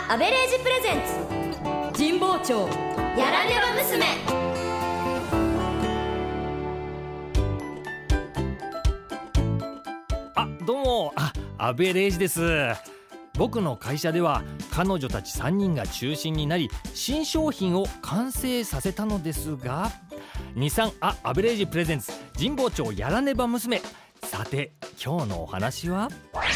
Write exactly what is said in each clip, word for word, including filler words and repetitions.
アアベレージプレゼンツ神保町やらねば娘。 あ、どうも、あ、アベレージです。僕の会社では彼女たちさんにんが中心になり新商品を完成させたのですが、日産アアベレージプレゼンツ神保町やらねば娘。さて今日のお話は、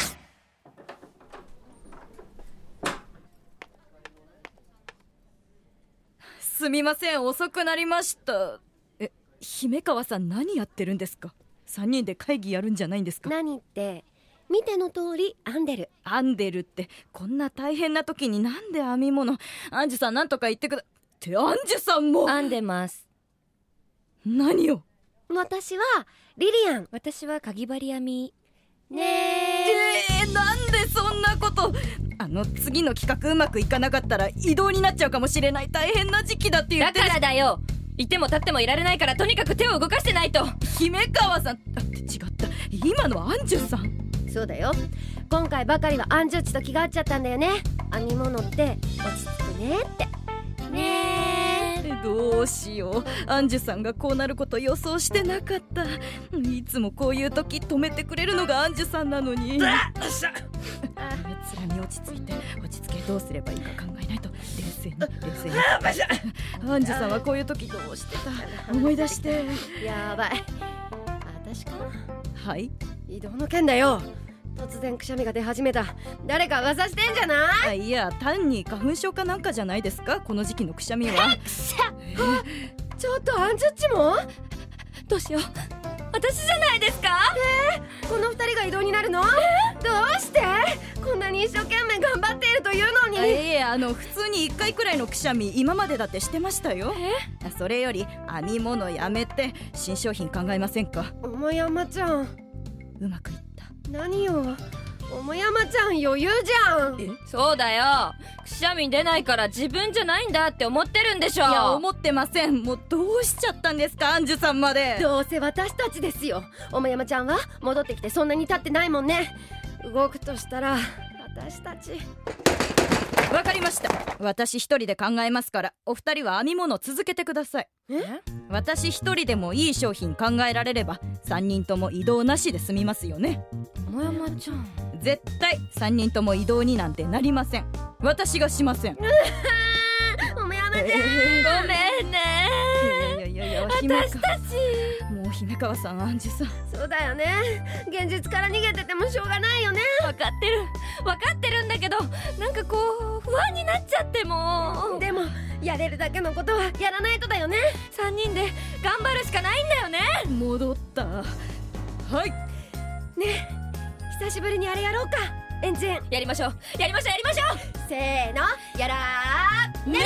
すみません、遅くなりました。え、姫川さん何やってるんですか？さんにんで会議やるんじゃないんですか？ 何って見ての通り編んでる。 編んでるって、こんな大変な時になんで編み物。アンジュさんなんとか言ってくだってアンジュさんも編んでます。 何を？ 私はリリアン。 私はかぎ針編みねえー、なんでそんなこと。あの次の企画うまくいかなかったら異動になっちゃうかもしれない大変な時期だって言って。 だからだよ、いても立ってもいられないから、とにかく手を動かしてないと。 姫川さんだって違った。今のアンジュさん。 そうだよ、今回ばかりはアンジュッチと気が合っちゃったんだよね。編み物って落ち着くねってねえ。どうしよう、アンジュさんがこうなること予想してなかった。いつもこういう時止めてくれるのがアンジュさんなのに。つらに落ち着いて、落ち着け、どうすればいいか考えないと。冷静に冷静に。アンジュさんはこういう時どうしてた？思い出して。 やばい、私かな。 はい、 移動の件だよ。突然くしゃみが出始めた。誰か噂してんじゃない？ あ、いや、単に花粉症かなんかじゃないですか、この時期のくしゃみは。 くしゃちょっとアンジュッチも？ どうしよう、私じゃないですか？ えー、この二人が移動になるの？どうして？こんなに一生懸命頑張っているというのに。 ええ、あの普通にいっかいくらいのくしゃみ今までだってしてましたよ。 え？ それより編み物やめて新商品考えませんか？ おもやまちゃん、 うまくいった。 何よ、おもやまちゃん余裕じゃん。 え？ そうだよ、くしゃみ出ないから自分じゃないんだって思ってるんでしょ。 いや、思ってません。もうどうしちゃったんですか、アンジュさんまで。 どうせ私たちですよ。おもやまちゃんは戻ってきてそんなに経ってないもんね。動くとしたら私たち。 わかりました、私一人で考えますから、お二人は編み物続けてください。 え？ 私一人でもいい商品考えられればさんにんとも移動なしで済みますよね。 もやまちゃん、 絶対さんにんとも移動になんてなりません。私がしません。 おもやまちゃん、 えー、 ごめんね。 いやいやいや、姫川私たちもう姫川さん、アンジュさん。 そうだよね、現実から逃げててもしょうがないよね。 分かってる分かってるんだけど、なんかこう不安になっちゃって。もうでもやれるだけのことはやらないとだよね。 さんにんで頑張るしかないんだよね。 戻った。はいねえ、久しぶりにあれやろうか。エンジンやりましょうやりましょうやりましょう。 せーの、やらーねば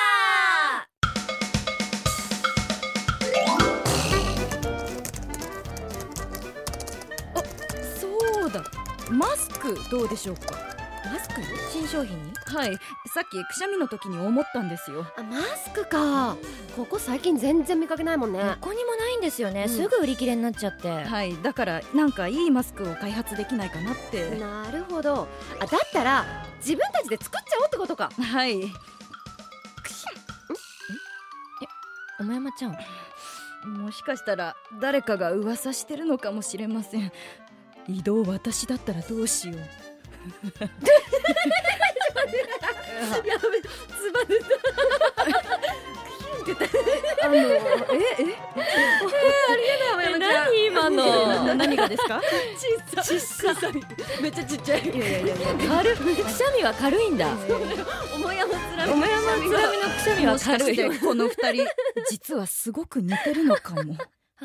ー。そうだ、マスクどうでしょうか？ マスク？新商品に？ はい、さっきくしゃみの時に思ったんですよ。 あ、マスクか。ここ最近全然見かけないもんね。 どこにもないんですよね、 うん、 すぐ売り切れになっちゃって。 はい、だからなんかいいマスクを開発できないかなって。 なるほど。あ、だったら自分たちで作っちゃおうってことか。 はい。 おもやまちゃん、 もしかしたら誰かが噂してるのかもしれません。移動私だったらどうしよう。 やべ、つば出た。あの、え、え、え、ありがとう、おやまちゃん。 何今のな何がですか？ ちっさい、ちっさい、めっちゃちっちゃい。いやいやいやいや、 軽くしゃみは軽いんだ。 おもやまつらみおもやまつらみのくしゃみはもしか軽い。 してこの二人実はすごく似てるのかも。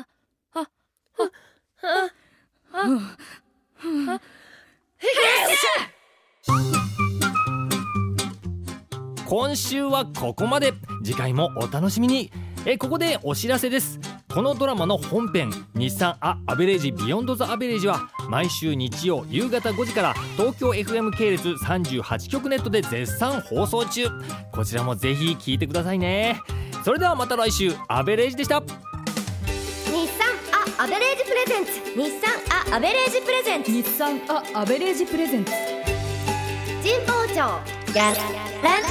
今週はここまで。次回もお楽しみに。えここでお知らせです。このドラマの本編日産アアベレージビヨンドザアベレージは毎週日曜夕方ごじから東京 エフエム 系列さんじゅうはちきょくネットで絶賛放送中。こちらもぜひ聞いてくださいね。それではまた来週。アベレージでした。 日産アアベレージプレゼンツ日産アアベレージプレゼンツ日産アアベレージプレゼンツ神保町やら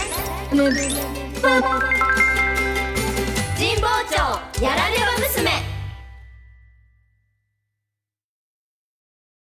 神保町やらねば娘。